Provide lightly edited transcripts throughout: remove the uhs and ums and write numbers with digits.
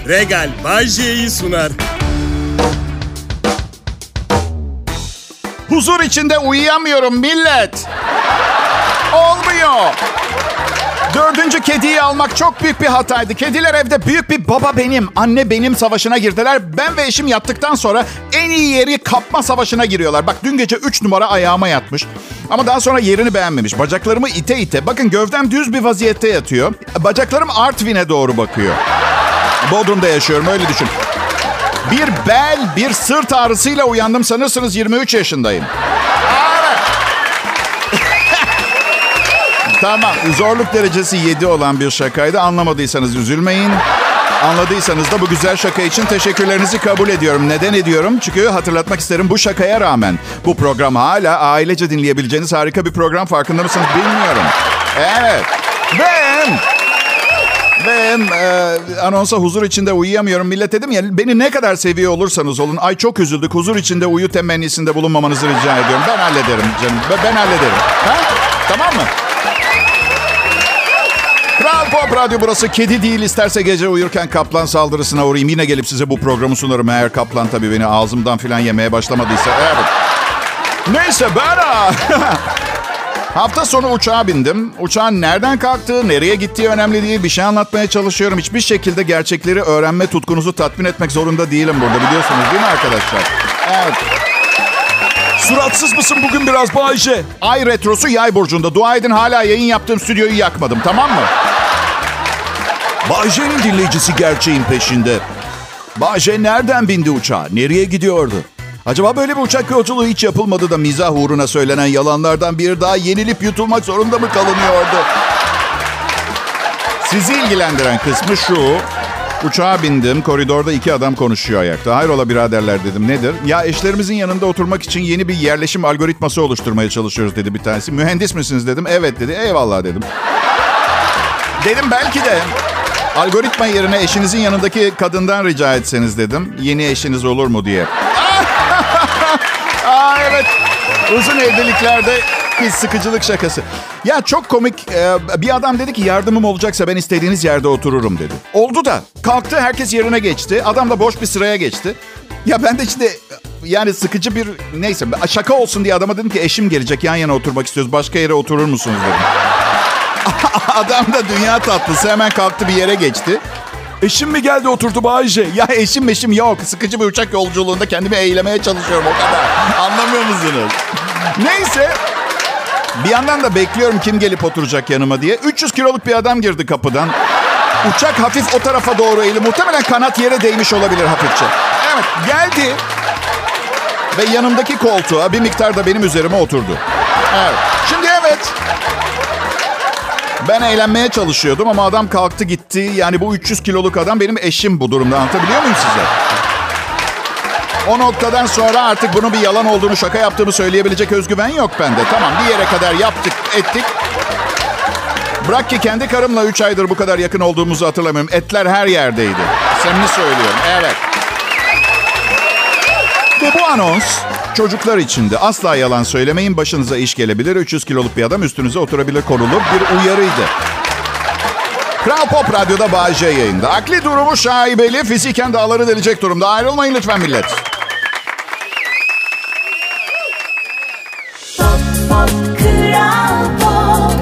Regal Bay J'yi sunar. Huzur içinde uyuyamıyorum millet. Olmuyor. 4. kediyi almak çok büyük bir hataydı. Kediler evde büyük bir baba benim, anne benim savaşına girdiler. Ben ve eşim yattıktan sonra en iyi yeri kapma savaşına giriyorlar. Bak dün gece 3 numara ayağıma yatmış. Ama daha sonra yerini beğenmemiş. Bacaklarımı ite ite. Bakın gövdem düz bir vaziyette yatıyor. Bacaklarım Artvin'e doğru bakıyor. Bodrum'da yaşıyorum, öyle düşün. Bir bel, bir sırt ağrısıyla uyandım. Sanırsınız 23 yaşındayım. Tamam, zorluk derecesi 7 olan bir şakaydı. Anlamadıysanız üzülmeyin. Anladıysanız da bu güzel şaka için teşekkürlerinizi kabul ediyorum. Neden ediyorum? Çünkü hatırlatmak isterim, bu şakaya rağmen bu program hala ailece dinleyebileceğiniz harika bir program. Farkında mısınız bilmiyorum. Evet. Ben anonsa huzur içinde uyuyamıyorum millet dedim ya. Beni ne kadar seviyor olursanız olun. Ay çok üzüldük. Huzur içinde uyu temennisinde bulunmamanızı rica ediyorum. Ben hallederim canım. Ben hallederim. Ha? Tamam mı? Kral Pop Radyo burası. Kedi değil, isterse gece uyurken kaplan saldırısına uğrayayım. Yine gelip size bu programı sunarım. Eğer kaplan tabii beni ağzımdan falan yemeye başlamadıysa. Evet. Neyse hafta sonu uçağa bindim. Uçağın nereden kalktığı, nereye gittiği önemli değil. Bir şey anlatmaya çalışıyorum. Hiçbir şekilde gerçekleri öğrenme tutkunuzu tatmin etmek zorunda değilim burada. Biliyorsunuz değil mi arkadaşlar? Evet. Suratsız mısın bugün biraz Bayce? Ay retrosu yay burcunda. Dua edin hala yayın yaptığım stüdyoyu yakmadım, tamam mı? Bayce'nin dinleyicisi gerçeğin peşinde. Bayce nereden bindi uçağa? Nereye gidiyordu? Acaba böyle bir uçak yolculuğu hiç yapılmadı da mizah uğruna söylenen yalanlardan bir daha yenilip yutulmak zorunda mı kalınıyordu? Sizi ilgilendiren kısmı şu. Uçağa bindim. Koridorda 2 adam konuşuyor ayakta. Hayrola biraderler dedim. Nedir? Ya eşlerimizin yanında oturmak için yeni bir yerleşim algoritması oluşturmaya çalışıyoruz dedi bir tanesi. Mühendis misiniz dedim. Evet dedi. Eyvallah dedim. Dedim belki de algoritma yerine eşinizin yanındaki kadından rica etseniz dedim. Yeni eşiniz olur mu diye. Evet. Uzun evliliklerde bir sıkıcılık şakası. Ya çok komik. Bir adam dedi ki yardımım olacaksa ben istediğiniz yerde otururum dedi. Oldu da. Kalktı, herkes yerine geçti. Adam da boş bir sıraya geçti. Ya ben de şimdi yani sıkıcı bir neyse şaka olsun diye adama dedim ki eşim gelecek, yan yana oturmak istiyoruz. Başka yere oturur musunuz dedim. Adam da dünya tatlısı hemen kalktı, bir yere geçti. Eşim mi geldi oturdu Bayce? Ya eşim yok. Sıkıcı bir uçak yolculuğunda kendimi eğlemeye çalışıyorum o kadar. Anlamıyor musunuz? Neyse. Bir yandan da bekliyorum kim gelip oturacak yanıma diye. 300 kiloluk bir adam girdi kapıdan. Uçak hafif o tarafa doğru eğildi. Muhtemelen kanat yere değmiş olabilir hafifçe. Evet, geldi. Ve yanımdaki koltuğa bir miktar da benim üzerime oturdu. Evet. Şimdi evet. Ben eğlenmeye çalışıyordum ama adam kalktı gitti. Yani bu 300 kiloluk adam benim eşim bu durumda. Anlatabiliyor muyum size? O noktadan sonra artık bunun bir yalan olduğunu, şaka yaptığımı söyleyebilecek özgüven yok bende. Tamam, bir yere kadar yaptık, ettik. Bırak ki kendi karımla 3 aydır bu kadar yakın olduğumuzu hatırlamıyorum. Etler her yerdeydi. Samimi söylüyorum, evet. Ve bu anons çocuklar içindi. Asla yalan söylemeyin, başınıza iş gelebilir. 300 kiloluk bir adam üstünüze oturabilir konulu bir uyarıydı. Kral Pop Radyo'da Bay J yayında. Akli durumu şaibeli, fiziken dağları delecek durumda. Ayrılmayın lütfen millet. Pop, pop, Kral Pop.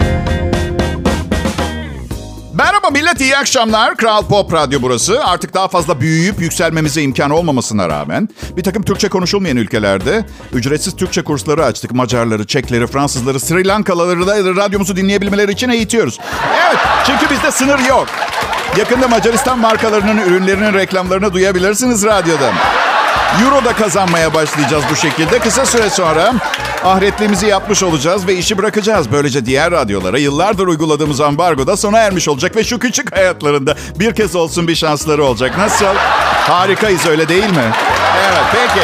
Merhaba millet, iyi akşamlar. Kral Pop Radyo burası. Artık daha fazla büyüyüp yükselmemize imkan olmamasına rağmen bir takım Türkçe konuşulmayan ülkelerde ücretsiz Türkçe kursları açtık. Macarları, Çekleri, Fransızları, Sri Lankalıları da radyomuzu dinleyebilmeleri için eğitiyoruz. Evet, çünkü bizde sınır yok. Yakında Macaristan markalarının ürünlerinin reklamlarını duyabilirsiniz radyoda. Euro da kazanmaya başlayacağız bu şekilde. Kısa süre sonra ahiretliğimizi yapmış olacağız ve işi bırakacağız. Böylece diğer radyolara yıllardır uyguladığımız ambargo da sona ermiş olacak ve şu küçük hayatlarında bir kez olsun bir şansları olacak. Nasıl? Harikayız, öyle değil mi? Evet, peki.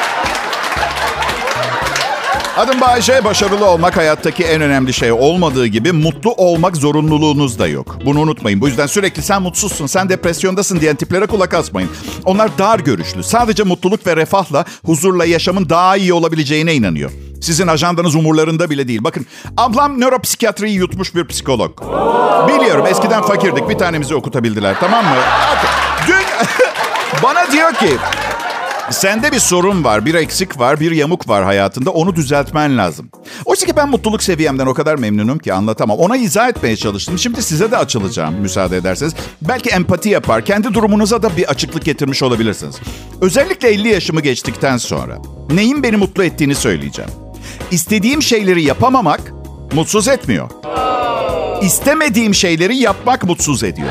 Adım Bayce. Başarılı olmak hayattaki en önemli şey olmadığı gibi mutlu olmak zorunluluğunuz da yok. Bunu unutmayın. Bu yüzden sürekli sen mutsuzsun, sen depresyondasın diyen tiplere kulak asmayın. Onlar dar görüşlü. Sadece mutluluk ve refahla, huzurla yaşamın daha iyi olabileceğine inanıyor. Sizin ajandanız umurlarında bile değil. Bakın, ablam nöropsikiyatriyi yutmuş bir psikolog. Biliyorum, eskiden fakirdik. Bir tanemizi okutabildiler, tamam mı? Okay. bana diyor ki sende bir sorun var, bir eksik var, bir yamuk var hayatında. Onu düzeltmen lazım. Oysa ki ben mutluluk seviyemden o kadar memnunum ki anlatamam. Ona izah etmeye çalıştım. Şimdi size de açılacağım müsaade ederseniz. Belki empati yapar, kendi durumunuza da bir açıklık getirmiş olabilirsiniz. Özellikle 50 yaşımı geçtikten sonra neyin beni mutlu ettiğini söyleyeceğim. İstediğim şeyleri yapamamak mutsuz etmiyor. İstemediğim şeyleri yapmak mutsuz ediyor.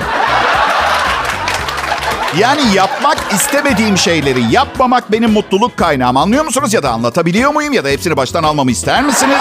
Yani yapmak istemediğim şeyleri yapmamak benim mutluluk kaynağım. Anlıyor musunuz? Ya da anlatabiliyor muyum? Ya da hepsini baştan almamı ister misiniz?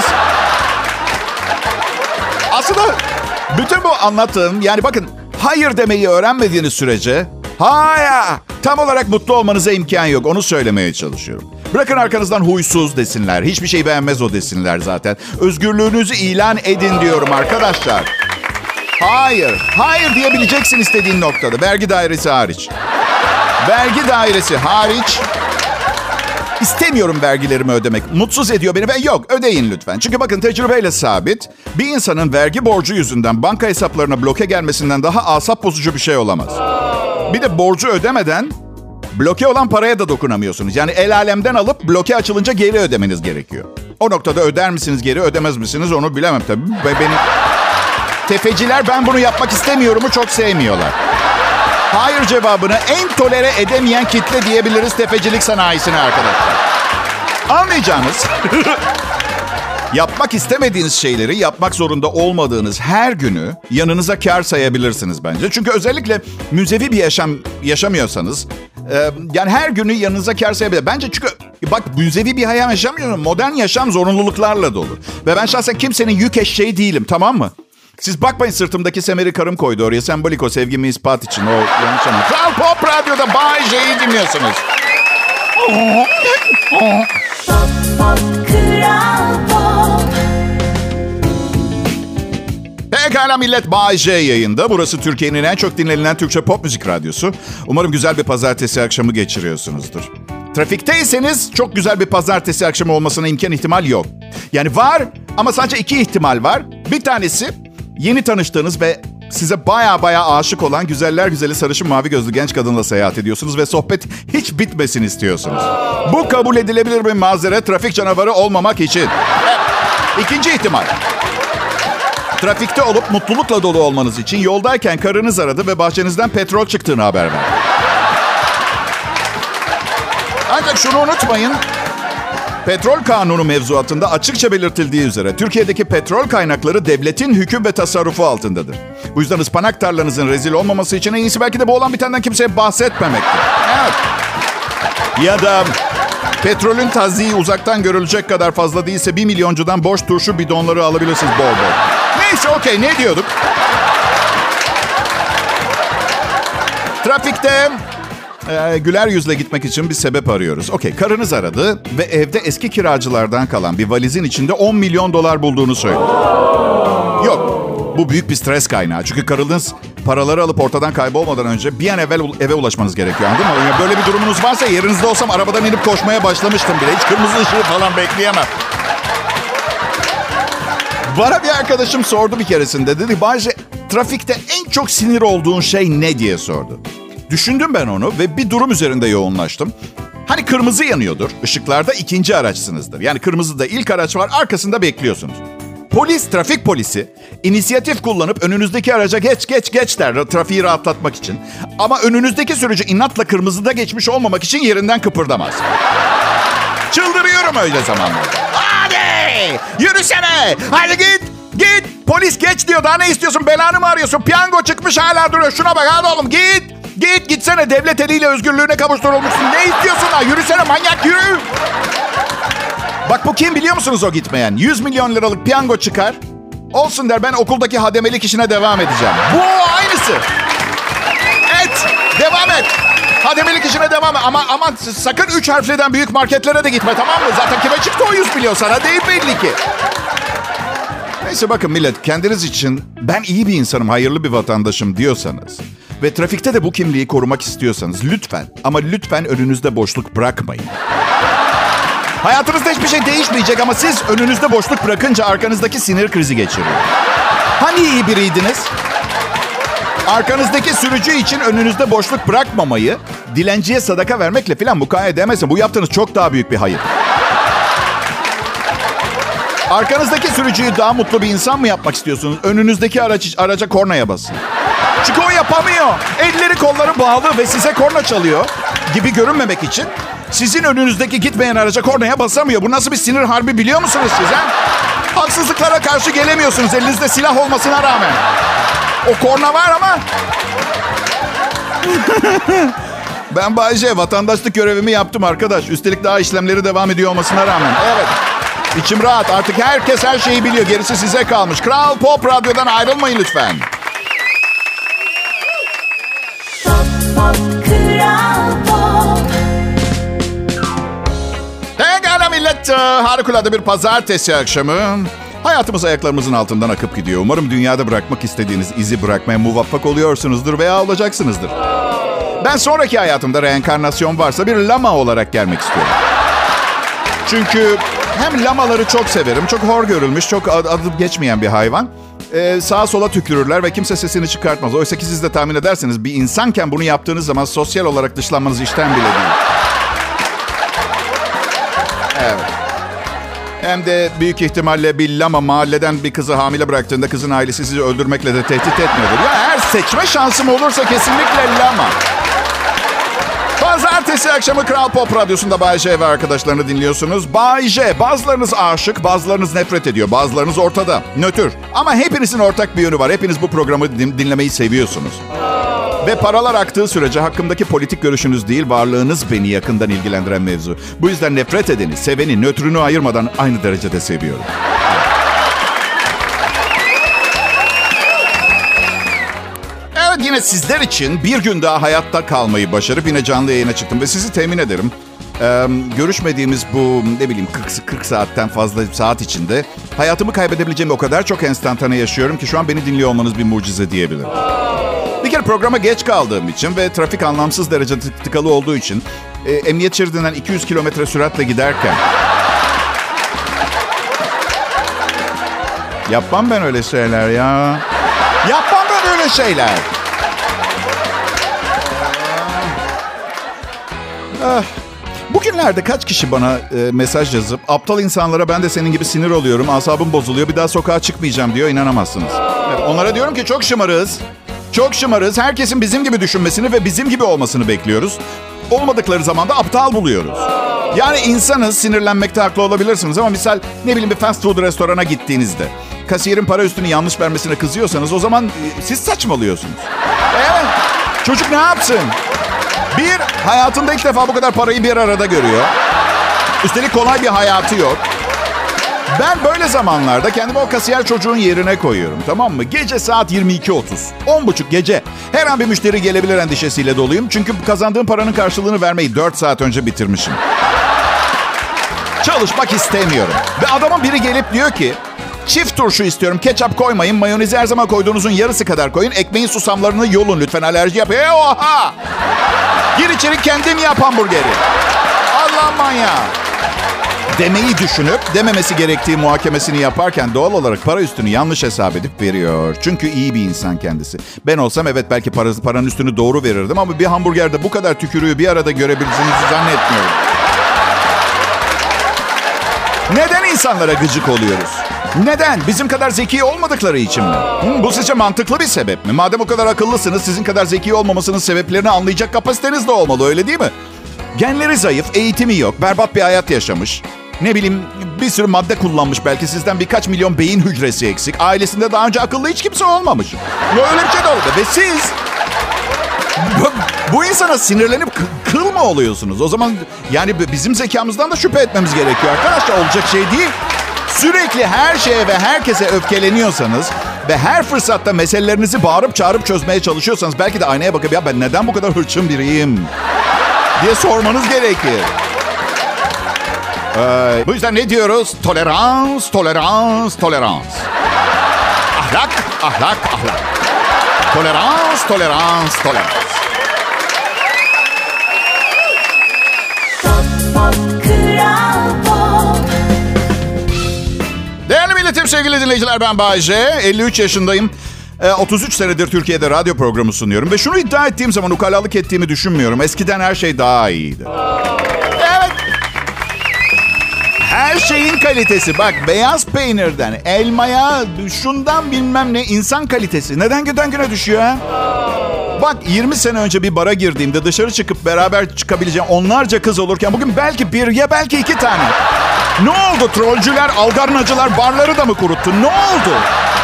Aslında bütün bu anlattığım, yani bakın, hayır demeyi öğrenmediğiniz sürece hayır, tam olarak mutlu olmanıza imkan yok. Onu söylemeye çalışıyorum. Bırakın arkanızdan huysuz desinler. Hiçbir şey beğenmez o desinler zaten. Özgürlüğünüzü ilan edin diyorum arkadaşlar. Hayır. Hayır diyebileceksin istediğin noktada. Vergi dairesi hariç. Vergi dairesi hariç. İstemiyorum vergilerimi ödemek. Mutsuz ediyor beni ve yok, ödeyin lütfen. Çünkü bakın, tecrübeyle sabit. Bir insanın vergi borcu yüzünden banka hesaplarına bloke gelmesinden daha asap bozucu bir şey olamaz. Bir de borcu ödemeden bloke olan paraya da dokunamıyorsunuz. Yani el alemden alıp bloke açılınca geri ödemeniz gerekiyor. O noktada öder misiniz geri, ödemez misiniz onu bilemem tabii. Ve benim... Tefeciler ben bunu yapmak istemiyorumu çok sevmiyorlar. Hayır cevabını en tolere edemeyen kitle diyebiliriz tefecilik sanayisine arkadaşlar. Anlayacağınız, yapmak istemediğiniz şeyleri yapmak zorunda olmadığınız her günü yanınıza kar sayabilirsiniz bence. Çünkü özellikle müzevi bir yaşam yaşamıyorsanız, yani her günü yanınıza kar sayabilirsiniz. Bence çünkü bak, müzevi bir hayat yaşamıyorum. Modern yaşam zorunluluklarla dolu. Ve ben şahsen kimsenin yük eşeği değilim, tamam mı? Siz bakmayın, sırtımdaki semeri karım koydu oraya. Sembolik o, sevgimi ispat için. O yanlış ama. Kral Pop Radyo'da Bay J'yi dinliyorsunuz. Pop, pop, Kral Pop. Pekala millet, Bay J yayında. Burası Türkiye'nin en çok dinlenilen Türkçe pop müzik radyosu. Umarım güzel bir pazartesi akşamı geçiriyorsunuzdur. Trafikteyseniz çok güzel bir pazartesi akşamı olmasına imkan ihtimal yok. Yani var ama sadece 2 ihtimal var. Bir tanesi, yeni tanıştığınız ve size baya aşık olan güzeller güzeli sarışın mavi gözlü genç kadınla seyahat ediyorsunuz ve sohbet hiç bitmesin istiyorsunuz. Bu kabul edilebilir bir mazeret, trafik canavarı olmamak için. Evet. İkinci ihtimal. Trafikte olup mutlulukla dolu olmanız için yoldayken karınız aradı ve bahçenizden petrol çıktığını haber verdi. Ancak şunu unutmayın. Petrol kanunu mevzuatında açıkça belirtildiği üzere Türkiye'deki petrol kaynakları devletin hüküm ve tasarrufu altındadır. Bu yüzden ıspanak tarlanızın rezil olmaması için en iyisi belki de bu olan bitenden kimseye bahsetmemektir. Evet. Ya da petrolün tazyiği uzaktan görülecek kadar fazla değilse 1 milyoncudan boş turşu bidonları alabilirsiniz bol bol. Neyse, okey, ne diyorduk? Trafikte güler yüzle gitmek için bir sebep arıyoruz. Okey, karınız aradı ve evde eski kiracılardan kalan bir valizin içinde 10 milyon dolar bulduğunu söyledi. Yok, bu büyük bir stres kaynağı. Çünkü karınız paraları alıp ortadan kaybolmadan önce bir an evvel eve ulaşmanız gerekiyor. Anladın mı? Yani böyle bir durumunuz varsa yerinizde olsam arabadan inip koşmaya başlamıştım bile. Hiç kırmızı ışığı falan bekleyemem. Bana bir arkadaşım sordu bir keresinde. Dedi, Bayce, trafikte en çok sinir olduğun şey ne diye sordu. Düşündüm ben onu ve bir durum üzerinde yoğunlaştım. Hani kırmızı yanıyordur, ışıklarda ikinci araçsınızdır. Yani kırmızıda ilk araç var, arkasında bekliyorsunuz. Polis, trafik polisi inisiyatif kullanıp önünüzdeki araca geç der trafiği rahatlatmak için. Ama önünüzdeki sürücü inatla kırmızıda geçmiş olmamak için yerinden kıpırdamaz. Çıldırıyorum öyle zamanlarda. Hadi yürüsene, hadi git. Polis geç diyor, daha ne istiyorsun, belanı mı arıyorsun? Piyango çıkmış hala duruyor, şuna bak, hadi oğlum gitsene, devlet eliyle özgürlüğüne kavuşturulmuşsun. Ne istiyorsun lan? Yürüsene manyak, yürü. Bak, bu kim biliyor musunuz o gitmeyen? 100 milyon liralık piyango çıkar. Olsun der, ben okuldaki hademelik işine devam edeceğim. Bu aynısı. Devam et. Hademelik işine devam et. Ama sakın 3 harfliden büyük marketlere de gitme, tamam mı? Zaten kime çıktı o 100 milyon, sana değil belli ki. Neyse bakın millet, kendiniz için ben iyi bir insanım, hayırlı bir vatandaşım diyorsanız ve trafikte de bu kimliği korumak istiyorsanız lütfen ama lütfen önünüzde boşluk bırakmayın. Hayatınızda hiçbir şey değişmeyecek ama siz önünüzde boşluk bırakınca arkanızdaki sinir krizi geçiriyor. Hani iyi biriydiniz? Arkanızdaki sürücü için önünüzde boşluk bırakmamayı dilenciye sadaka vermekle falan mukayese edemezsin. Bu yaptığınız çok daha büyük bir hayır. Arkanızdaki sürücüyü daha mutlu bir insan mı yapmak istiyorsunuz? Önünüzdeki araca kornaya basın. Çünkü o yapamıyor. Elleri kolları bağlı ve size korna çalıyor gibi görünmemek için sizin önünüzdeki gitmeyen araca kornaya basamıyor. Bu nasıl bir sinir harbi biliyor musunuz siz? He? Haksızlıklara karşı gelemiyorsunuz elinizde silah olmasına rağmen. O korna var ama... Ben Bay J, vatandaşlık görevimi yaptım arkadaş. Üstelik daha işlemleri devam ediyor olmasına rağmen. Evet. İçim rahat. Artık herkes her şeyi biliyor. Gerisi size kalmış. Kral Pop Radyo'dan ayrılmayın lütfen. Kral Pop. Pekala millet. Harikulade bir pazartesi akşamı. Hayatımız ayaklarımızın altından akıp gidiyor. Umarım dünyada bırakmak istediğiniz izi bırakmaya muvaffak oluyorsunuzdur veya olacaksınızdır. Ben sonraki hayatımda reenkarnasyon varsa bir lama olarak gelmek istiyorum. Çünkü hem lamaları çok severim. Çok hor görülmüş, çok adı geçmeyen bir hayvan. Sağa sola tükürürler ve kimse sesini çıkartmaz. Oysa ki siz de tahmin ederseniz bir insanken bunu yaptığınız zaman sosyal olarak dışlanmanız işten bile değil. Evet. Hem de büyük ihtimalle bir lama mahalleden bir kızı hamile bıraktığında kızın ailesi sizi öldürmekle de tehdit etmiyordur. Ya eğer seçme şansım olursa kesinlikle lama. Pazartesi akşamı Kral Pop Radyosu'nda Bay J ve arkadaşlarını dinliyorsunuz. Bay J, bazılarınız aşık, bazılarınız nefret ediyor, bazılarınız ortada, nötr. Ama hepinizin ortak bir yönü var. Hepiniz bu programı dinlemeyi seviyorsunuz. Ve paralar aktığı sürece hakkımdaki politik görüşünüz değil, varlığınız beni yakından ilgilendiren mevzu. Bu yüzden nefret edeni, seveni, nötrünü ayırmadan aynı derecede seviyorum. Evet, yine sizler için bir gün daha hayatta kalmayı başarıp yine canlı yayına çıktım. Ve sizi temin ederim, görüşmediğimiz bu 40 saatten fazla saat içinde hayatımı kaybedebileceğim o kadar çok enstantane yaşıyorum ki şu an beni dinliyor olmanız bir mucize diyebilirim. Bir kere programa geç kaldığım için ve trafik anlamsız derece tıkalı olduğu için emniyet şeridinden 200 kilometre süratle giderken... Yapmam ben öyle şeyler ya. Yapmam ben öyle şeyler. Bugünlerde kaç kişi bana mesaj yazıp aptal insanlara ben de senin gibi sinir oluyorum, asabım bozuluyor, bir daha sokağa çıkmayacağım diyor, inanamazsınız. Evet, onlara diyorum ki çok şımarız. Çok şımarız. Herkesin bizim gibi düşünmesini ve bizim gibi olmasını bekliyoruz. Olmadıkları zaman da aptal buluyoruz. Yani insanız, sinirlenmekte haklı olabilirsiniz ama misal bir fast food restorana gittiğinizde kasiyerin para üstünü yanlış vermesine kızıyorsanız o zaman siz saçmalıyorsunuz. Evet. Çocuk ne yapsın? Hayatında ilk defa bu kadar parayı bir arada görüyor. Üstelik kolay bir hayatı yok. Ben böyle zamanlarda kendimi o kasiyer çocuğun yerine koyuyorum, tamam mı? Gece saat 22.30, 10.30 gece. Her an bir müşteri gelebilir endişesiyle doluyum. Çünkü kazandığım paranın karşılığını vermeyi 4 saat önce bitirmişim. Çalışmak istemiyorum. Ve adamın biri gelip diyor ki, çift turşu istiyorum, ketçap koymayın, mayonezi her zaman koyduğunuzun yarısı kadar koyun, ekmeğin susamlarını yolun lütfen, alerji yapıyor. Oha! Gir içeri kendin yap hamburgeri. Allah manyağı. Demeyi düşünüp dememesi gerektiği muhakemesini yaparken doğal olarak para üstünü yanlış hesap edip veriyor. Çünkü iyi bir insan kendisi. Ben olsam evet belki paranın üstünü doğru verirdim ama bir hamburgerde bu kadar tükürüğü bir arada görebileceğinizi zannetmiyorum. Neden insanlara gıcık oluyoruz? Neden? Bizim kadar zeki olmadıkları için mi? Bu sizce mantıklı bir sebep mi? Madem o kadar akıllısınız, sizin kadar zeki olmamasının sebeplerini anlayacak kapasiteniz de olmalı, öyle değil mi? Genleri zayıf, eğitimi yok, berbat bir hayat yaşamış. Bir sürü madde kullanmış, belki sizden birkaç milyon beyin hücresi eksik. Ailesinde daha önce akıllı hiç kimse olmamış. Öyle bir şey de oldu. Ve siz bu insana sinirlenip kıl mı oluyorsunuz? O zaman yani bizim zekamızdan da şüphe etmemiz gerekiyor arkadaşlar. Olacak şey değil. Sürekli her şeye ve herkese öfkeleniyorsanız ve her fırsatta meselelerinizi bağırıp çağırıp çözmeye çalışıyorsanız belki de aynaya bakıp ya ben neden bu kadar hırçın biriyim diye sormanız gerekir. Bu yüzden ne diyoruz? Tolerans, tolerans, tolerans. Ahlak, ahlak, ahlak. Tolerans, tolerans, tolerans. Değerli milletim, sevgili dinleyiciler, ben Bay J. 53 yaşındayım. 33 senedir Türkiye'de radyo programı sunuyorum. Ve şunu iddia ettiğim zaman ukalalık ettiğimi düşünmüyorum. Eskiden her şey daha iyiydi. Evet. Her şeyin kalitesi. Bak, beyaz peynirden, elmaya, şundan bilmem ne, insan kalitesi. Neden günden güne düşüyor ha? Bak, 20 sene önce bir bara girdiğimde dışarı çıkıp beraber çıkabileceğim onlarca kız olurken bugün belki bir ya belki 2 tane. Ne oldu? Trollcüler, algarnacılar barları da mı kuruttu? Ne oldu?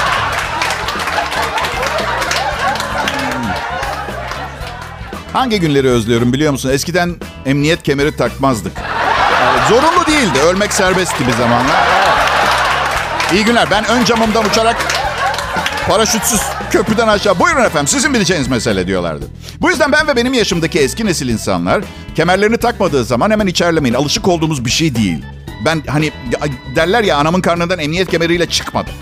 Hangi günleri özlüyorum biliyor musun? Eskiden emniyet kemeri takmazdık. Yani zorunlu değildi. Ölmek serbestti bir zamanlar. İyi günler. Ben ön camımdan uçarak paraşütsüz köprüden aşağı. Buyurun efendim, sizin bileceğiniz mesele diyorlardı. Bu yüzden ben ve benim yaşımdaki eski nesil insanlar kemerlerini takmadığı zaman hemen içerlemeyin. Alışık olduğumuz bir şey değil. Ben hani derler ya, anamın karnından emniyet kemeriyle çıkmadım.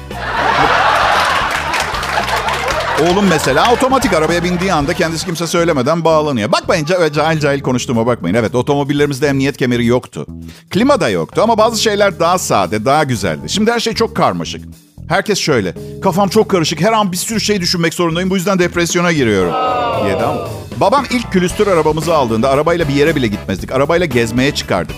Oğlum mesela otomatik arabaya bindiği anda kendisi kimse söylemeden bağlanıyor. Bakmayın, cahil cahil konuştuğuma bakmayın. Evet, otomobillerimizde emniyet kemeri yoktu. Klima da yoktu ama bazı şeyler daha sade, daha güzeldi. Şimdi her şey çok karmaşık. Herkes şöyle: kafam çok karışık, her an bir sürü şey düşünmek zorundayım, bu yüzden depresyona giriyorum. Yedi ama. Babam ilk külüstür arabamızı aldığında arabayla bir yere bile gitmezdik. Arabayla gezmeye çıkardık.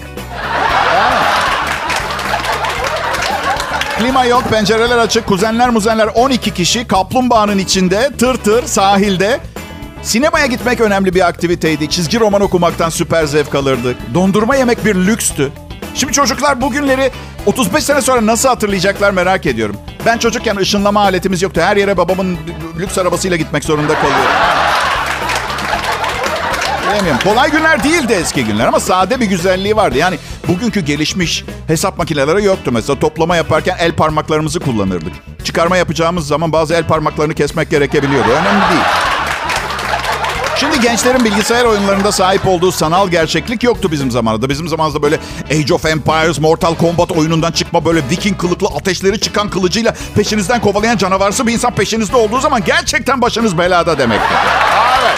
Klima yok, pencereler açık, kuzenler 12 kişi, kaplumbağanın içinde, tır sahilde. Sinemaya gitmek önemli bir aktiviteydi. Çizgi roman okumaktan süper zevk alırdık. Dondurma yemek bir lükstü. Şimdi çocuklar bu günleri 35 sene sonra nasıl hatırlayacaklar merak ediyorum. Ben çocukken ışınlama aletimiz yoktu. Her yere babamın lüks arabasıyla gitmek zorunda kalıyorum. Bilemiyorum. Kolay günler değildi eski günler ama sade bir güzelliği vardı. Yani bugünkü gelişmiş hesap makineleri yoktu. Mesela toplama yaparken el parmaklarımızı kullanırdık. Çıkarma yapacağımız zaman bazı el parmaklarını kesmek gerekebiliyordu. Önemli değil. Şimdi gençlerin bilgisayar oyunlarında sahip olduğu sanal gerçeklik yoktu bizim zamanımızda. Bizim zamanımızda böyle Age of Empires, Mortal Kombat oyunundan çıkma böyle Viking kılıklı, ateşleri çıkan kılıcıyla peşinizden kovalayan canavarsı bir insan peşinizde olduğu zaman gerçekten başınız belada demektir. Evet.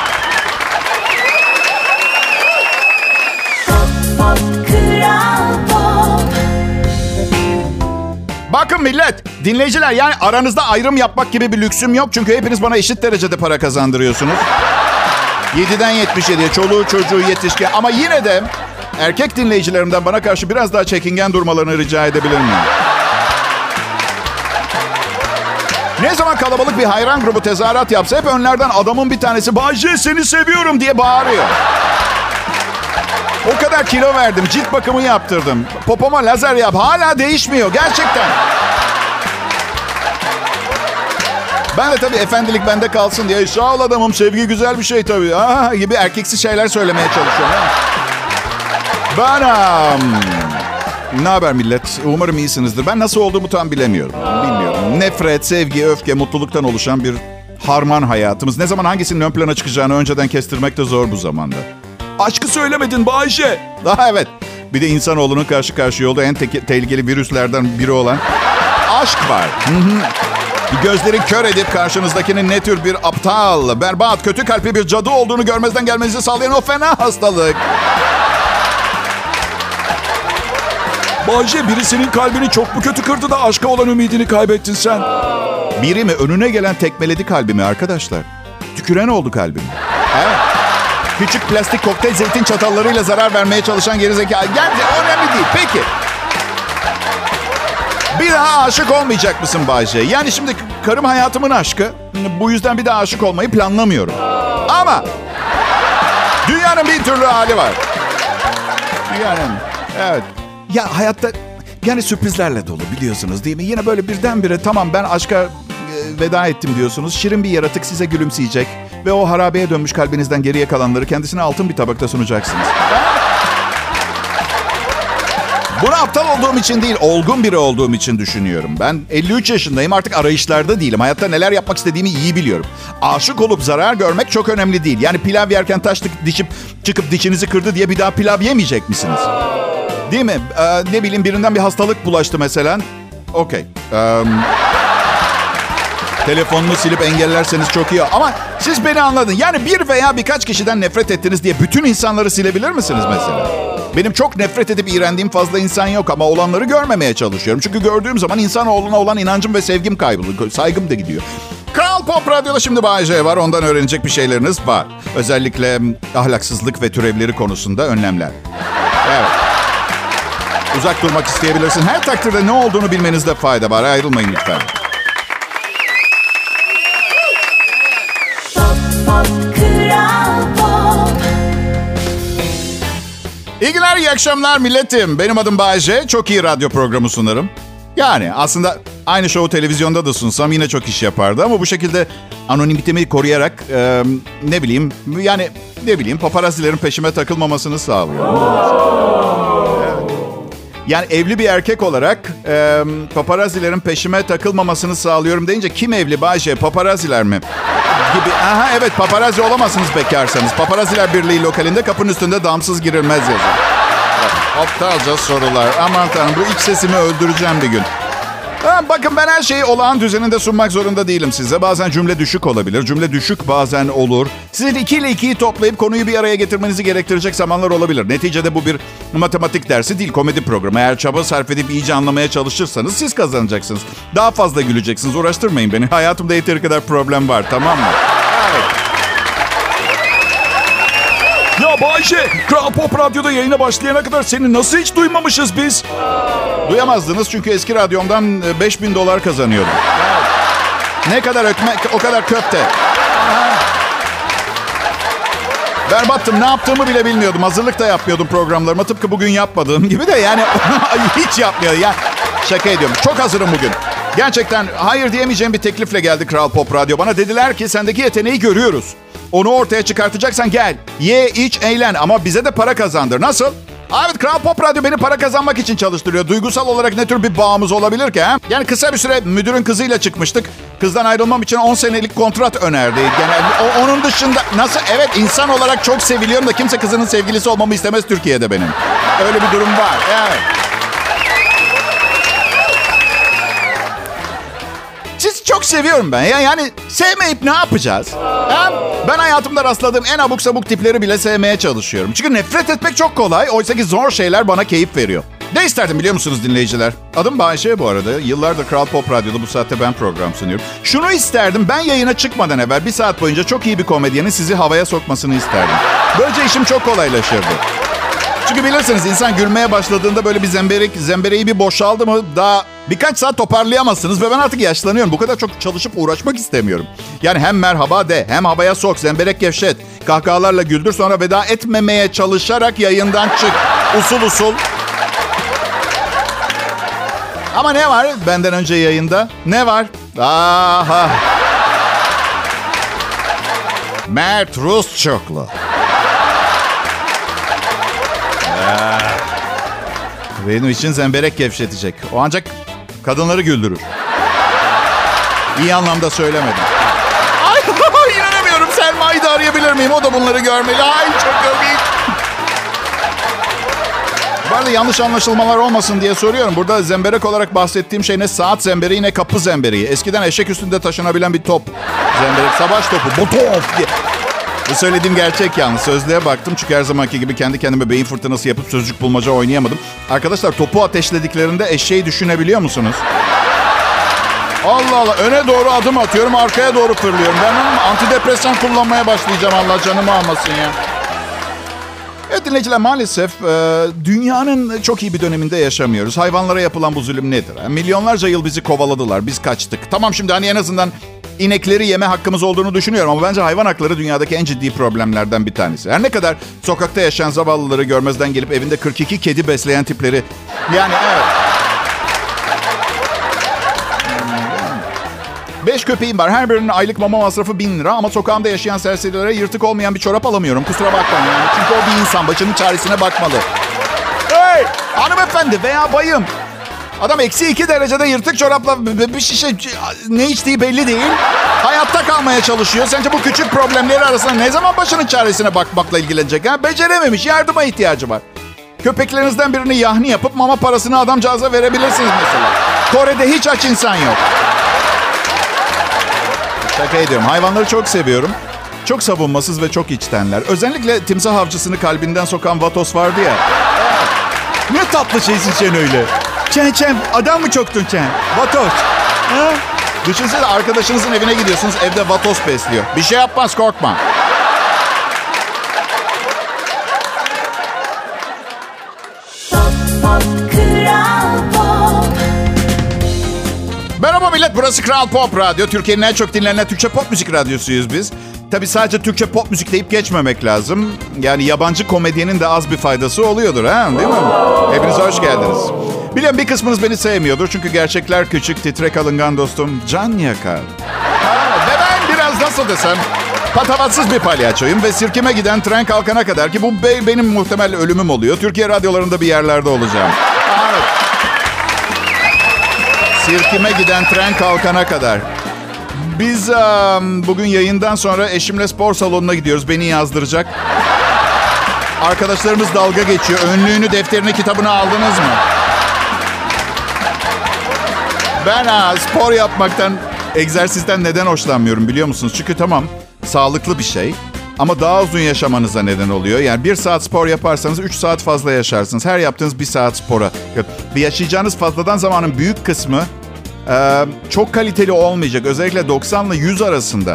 Bakın millet, dinleyiciler, yani aranızda ayrım yapmak gibi bir lüksüm yok. Çünkü hepiniz bana eşit derecede para kazandırıyorsunuz. 7'den 77'ye, çoluğu çocuğu yetişkin. Ama yine de erkek dinleyicilerimden bana karşı biraz daha çekingen durmalarını rica edebilir miyim? Ne zaman kalabalık bir hayran grubu tezahürat yapsa hep önlerden adamın bir tanesi "Bayce, seni seviyorum" diye bağırıyor. O kadar kilo verdim, cilt bakımı yaptırdım, popoma lazer yap, hala değişmiyor gerçekten. Ben de tabii efendilik bende kalsın diye "Sağ ol adamım, sevgi güzel bir şey tabii" gibi erkeksi şeyler söylemeye çalışıyorum. Ne haber millet? Umarım iyisinizdir. Ben nasıl olduğumu tam bilemiyorum. Bilmiyorum. Nefret, sevgi, öfke, mutluluktan oluşan bir harman hayatımız. Ne zaman hangisinin ön plana çıkacağını önceden kestirmek de zor bu zamanda. Aşkı söylemedin Bayşe. Evet. Bir de insanoğlunun karşı karşıya olduğu en tehlikeli virüslerden biri olan aşk var. Gözleri kör edip karşınızdakinin ne tür bir aptal, berbat, kötü kalpli bir cadı olduğunu görmezden gelmenizi sağlayan o fena hastalık. Bayce, biri senin kalbini çok mu kötü kırdı da aşka olan ümidini kaybettin sen? Biri mi? Önüne gelen tekmeledi kalbimi arkadaşlar. Tüküren oldu kalbim. Evet. Küçük plastik kokteyl zeytin çatallarıyla zarar vermeye çalışan gerizekalı. Önemli değil. Peki. Bir daha aşık olmayacak mısın Bayce? Yani şimdi karım hayatımın aşkı. Bu yüzden bir daha aşık olmayı planlamıyorum. Ama dünyanın bir türlü hali var. Dünyanın. Evet. Ya hayatta yani sürprizlerle dolu, biliyorsunuz değil mi? Yine böyle birdenbire tamam ben aşka veda ettim diyorsunuz. Şirin bir yaratık size gülümseyecek. Ve o harabeye dönmüş kalbinizden geriye kalanları kendisine altın bir tabakta sunacaksınız. Bunu aptal olduğum için değil, olgun biri olduğum için düşünüyorum. Ben 53 yaşındayım, artık arayışlarda değilim. Hayatta neler yapmak istediğimi iyi biliyorum. Aşık olup zarar görmek çok önemli değil. Yani pilav yerken taş çıkıp dişinizi kırdı diye bir daha pilav yemeyecek misiniz? Değil mi? Ne bileyim, birinden bir hastalık bulaştı mesela. Okey. Telefonunu silip engellerseniz çok iyi. Ama siz beni anladın. Yani bir veya birkaç kişiden nefret ettiniz diye bütün insanları silebilir misiniz mesela? Benim çok nefret edip iğrendiğim fazla insan yok ama olanları görmemeye çalışıyorum. Çünkü gördüğüm zaman insanoğluna olan inancım ve sevgim kayboluyor. Saygım da gidiyor. Kral Pop Radyo'da şimdi Bay J var. Ondan öğrenecek bir şeyleriniz var. Özellikle ahlaksızlık ve türevleri konusunda önlemler. Evet. Uzak durmak isteyebilirsin. Her takdirde ne olduğunu bilmenizde fayda var. Ayrılmayın lütfen. Kral Pop. İyi günler, iyi akşamlar milletim. Benim adım Bay J. Çok iyi radyo programı sunarım. Yani aslında aynı şovu televizyonda da sunsam yine çok iş yapardı. Ama bu şekilde anonimitemi koruyarak ne bileyim paparazilerin peşime takılmamasını sağlıyorum. Evet. Yani evli bir erkek olarak paparazilerin peşime takılmamasını sağlıyorum deyince kim evli Bay J? Paparaziler mi? Gibi. Aha evet, paparazi olamazsınız bekarsanız. Paparaziler Birliği lokalinde kapının üstünde damsız girilmez yazar. Aptalca sorular. Aman tanrım, bu iç sesimi öldüreceğim bir gün. Bakın, ben her şeyi olağan düzeninde sunmak zorunda değilim size. Bazen cümle düşük olabilir. Cümle düşük bazen olur. Sizin 2 ile 2'yi toplayıp konuyu bir araya getirmenizi gerektirecek zamanlar olabilir. Neticede bu bir matematik dersi değil, komedi programı. Eğer çaba sarf edip iyice anlamaya çalışırsanız siz kazanacaksınız. Daha fazla güleceksiniz. Uğraştırmayın beni. Hayatımda yeteri kadar problem var, tamam mı? Evet. Ya Bayşe, Kral Pop Radyo'da yayına başlayana kadar seni nasıl hiç duymamışız biz? Duyamazdınız çünkü eski radyomdan $5,000 kazanıyordum. Ne kadar ekmek, o kadar köfte. Berbattım, ne yaptığımı bile bilmiyordum. Hazırlık da yapmıyordum programlarıma. Tıpkı bugün yapmadığım gibi de yani hiç yapmıyor. Ya, şaka ediyorum. Çok hazırım bugün. Gerçekten hayır diyemeyeceğim bir teklifle geldi Kral Pop Radyo. Bana dediler ki sendeki yeteneği görüyoruz. Onu ortaya çıkartacaksan gel. Ye, iç, eğlen ama bize de para kazandır. Nasıl? Evet, Kral Pop Radyo beni para kazanmak için çalıştırıyor. Duygusal olarak ne tür bir bağımız olabilir ki? He? Yani kısa bir süre müdürün kızıyla çıkmıştık. Kızdan ayrılmam için 10 senelik kontrat önerdi. Yani onun dışında nasıl? Evet, insan olarak çok seviliyorum da kimse kızının sevgilisi olmamı istemez Türkiye'de benim. Öyle bir durum var. Evet. Sizi çok seviyorum ben. Yani sevmeyip ne yapacağız? Ben hayatımda rastladığım en abuk sabuk tipleri bile sevmeye çalışıyorum. Çünkü nefret etmek çok kolay. Oysa ki zor şeyler bana keyif veriyor. Ne isterdim biliyor musunuz dinleyiciler? Adım Bayşe bu arada. Yıllardır Kral Pop Radyo'da bu saatte ben program sunuyorum. Şunu isterdim, ben yayına çıkmadan evvel 1 saat boyunca çok iyi bir komedyenin sizi havaya sokmasını isterdim. Böylece işim çok kolaylaşırdı. Çünkü bilirsiniz, insan gülmeye başladığında böyle bir zembereği bir boşaldı mı daha birkaç saat toparlayamazsınız ve ben artık yaşlanıyorum. Bu kadar çok çalışıp uğraşmak istemiyorum. Yani hem merhaba de, hem havaya sok, zemberek gevşet, kahkahalarla güldür, sonra veda etmemeye çalışarak yayından çık. Usul usul. Ama ne var benden önce yayında? Ne var? Aha. Mert Rusçuklu. Benim için zemberek gevşetecek. O ancak kadınları güldürür. İyi anlamda söylemedim. Ay inanamıyorum. Selma'yı da arayabilir miyim? O da bunları görmeli. Ay çok komik. Bu arada yanlış anlaşılmalar olmasın diye soruyorum. Burada zemberek olarak bahsettiğim şey ne saat zembereği ne kapı zembereği. Eskiden eşek üstünde taşınabilen bir top. Zemberek, savaş topu. Botof diye. Bu söylediğim gerçek yalnız. Sözlüğe baktım çünkü her zamanki gibi kendi kendime beyin fırtınası yapıp sözcük bulmaca oynayamadım. Arkadaşlar, topu ateşlediklerinde eşeği düşünebiliyor musunuz? Allah Allah, öne doğru adım atıyorum, arkaya doğru fırlıyorum. Ben antidepresan kullanmaya başlayacağım, Allah canımı almasın ya. Evet dinleyiciler, maalesef dünyanın çok iyi bir döneminde yaşamıyoruz. Hayvanlara yapılan bu zulüm nedir? Milyonlarca yıl bizi kovaladılar, biz kaçtık. Tamam, şimdi hani en azından İnekleri yeme hakkımız olduğunu düşünüyorum ama bence hayvan hakları dünyadaki en ciddi problemlerden bir tanesi. Her ne kadar sokakta yaşayan zavallıları görmezden gelip evinde 42 kedi besleyen tipleri... Yani evet. 5 köpeğim var. Her birinin aylık mama masrafı 1.000 lira ama sokağımda yaşayan serserilere yırtık olmayan bir çorap alamıyorum. Kusura bakmayın yani. Çünkü o bir insan, başının çaresine bakmalı. Hey! Hanımefendi veya bayım. Adam -2 derecede yırtık çorapla bir şişe ne içtiği belli değil. Hayatta kalmaya çalışıyor. Sence bu küçük problemleri arasında ne zaman başının çaresine bakmakla ilgilenecek? Ha? Becerememiş, yardıma ihtiyacı var. Köpeklerinizden birini yahni yapıp mama parasını adamcağıza verebilirsiniz mesela. Kore'de hiç aç insan yok. Şaka ediyorum. Hayvanları çok seviyorum. Çok savunmasız ve çok içtenler. Özellikle timsah avcısını kalbinden sokan Vatos vardı ya. Ne tatlı şeysin sen öyle. Çen, adam mı çoktun Çen? Vatos. Ha? Düşünsene arkadaşınızın evine gidiyorsunuz. Evde vatoz besliyor. Bir şey yapmaz, korkma. Merhaba millet, burası Kral Pop Radyo. Türkiye'nin en çok dinlenen Türkçe pop müzik radyosuyuz biz. Tabii sadece Türkçe pop müzik deyip geçmemek lazım. Yani yabancı komedyenin de az bir faydası oluyordur, ha, değil mi? Hepiniz hoş geldiniz. Biliyorum bir kısmınız beni sevmiyordur. Çünkü gerçekler küçük, titrek alıngan dostum can yakar. Ve ben biraz nasıl desem patavatsız bir palyaçoyum. Ve sirkime giden tren kalkana kadar ki bu benim muhtemel ölümüm oluyor. Türkiye radyolarında bir yerlerde olacağım. Evet. Sirkime giden tren kalkana kadar. Biz bugün yayından sonra eşimle spor salonuna gidiyoruz. Beni yazdıracak. Arkadaşlarımız dalga geçiyor. Önlüğünü, defterini, kitabını aldınız mı? Ben spor yapmaktan, egzersizden neden hoşlanmıyorum biliyor musunuz? Çünkü tamam, sağlıklı bir şey. Ama daha uzun yaşamanıza neden oluyor. Yani 1 saat spor yaparsanız 3 saat fazla yaşarsınız. Her yaptığınız 1 saat spora. Yaşayacağınız fazladan zamanın büyük kısmı çok kaliteli olmayacak. Özellikle 90 ile 100 arasında.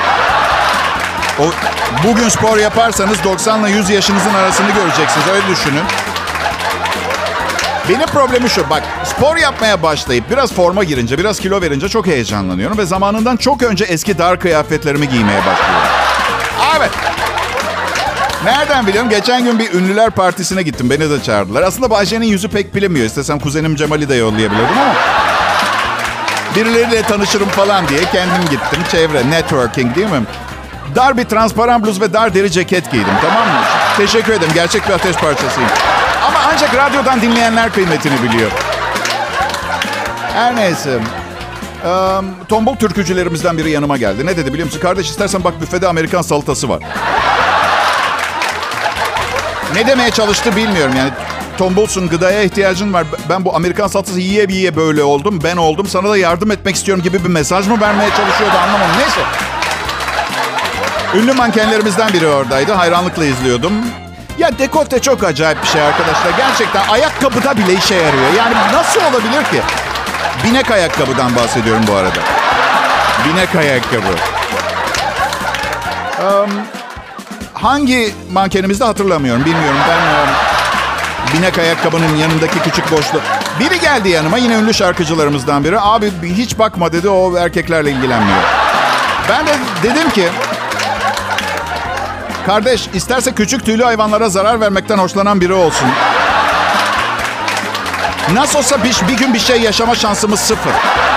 Bugün spor yaparsanız 90 ile 100 yaşınızın arasını göreceksiniz. Öyle düşünün. Benim problemim şu. Bak, spor yapmaya başlayıp biraz forma girince, biraz kilo verince çok heyecanlanıyorum. Ve zamanından çok önce eski dar kıyafetlerimi giymeye başlıyorum. Evet. Nereden biliyorum? Geçen gün bir ünlüler partisine gittim. Beni de çağırdılar. Aslında Bayşe'nin yüzü pek bilinmiyor. İstesem kuzenim Cemal'i de yollayabilirdim ama... Birileriyle tanışırım falan diye kendim gittim. Çevre, networking değil mi? Dar bir transparan bluz ve dar deri ceket giydim, tamam mı? Teşekkür ederim. Gerçek bir ateş parçasıyım. Ama ancak radyodan dinleyenler kıymetini biliyor. Her neyse. Tombul türkücülerimizden biri yanıma geldi. Ne dedi biliyor musun? Kardeş istersen bak büfede Amerikan salatası var. Ne demeye çalıştı bilmiyorum yani. Tombulsun, gıdaya ihtiyacın var. Ben bu Amerikan salatası yiye böyle oldum. Ben oldum. Sana da yardım etmek istiyorum gibi bir mesaj mı vermeye çalışıyordu anlamadım. Neyse. Ünlü mankenlerimizden biri oradaydı. Hayranlıkla izliyordum. Ya dekolte çok acayip bir şey arkadaşlar. Gerçekten ayakkabıda bile işe yarıyor. Yani nasıl olabilir ki? Binek ayakkabıdan bahsediyorum bu arada. Binek ayakkabı. Hangi mankenimizde hatırlamıyorum. Bilmiyorum. Ben binek ayakkabının yanındaki küçük boşluk. Biri geldi yanıma. Yine ünlü şarkıcılarımızdan biri. Abi hiç bakma dedi. O erkeklerle ilgilenmiyor. Ben de dedim ki... Kardeş, isterse küçük tüylü hayvanlara zarar vermekten hoşlanan biri olsun. Nasıl olsa bir gün bir şey yaşama şansımız 0.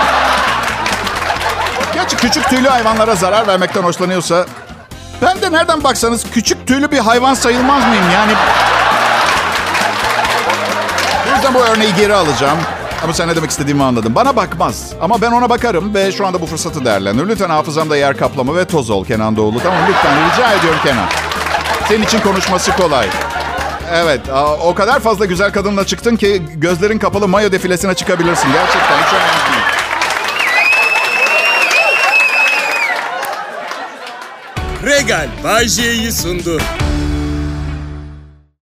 Gerçi küçük tüylü hayvanlara zarar vermekten hoşlanıyorsa... Ben de nereden baksanız küçük tüylü bir hayvan sayılmaz mıyım? Yani... O yüzden bu örneği geri alacağım. Ama sen ne demek istediğimi anladın. Bana bakmaz. Ama ben ona bakarım ve şu anda bu fırsatı değerlendiriyorum. Lütfen hafızamda yer kaplama ve toz ol Kenan Doğulu. Tamam lütfen rica ediyorum Kenan. Senin için konuşması kolay. Evet, o kadar fazla güzel kadınla çıktın ki gözlerin kapalı mayo defilesine çıkabilirsin. Gerçekten hiç önemli değil. Regal Bay J'yi sundu.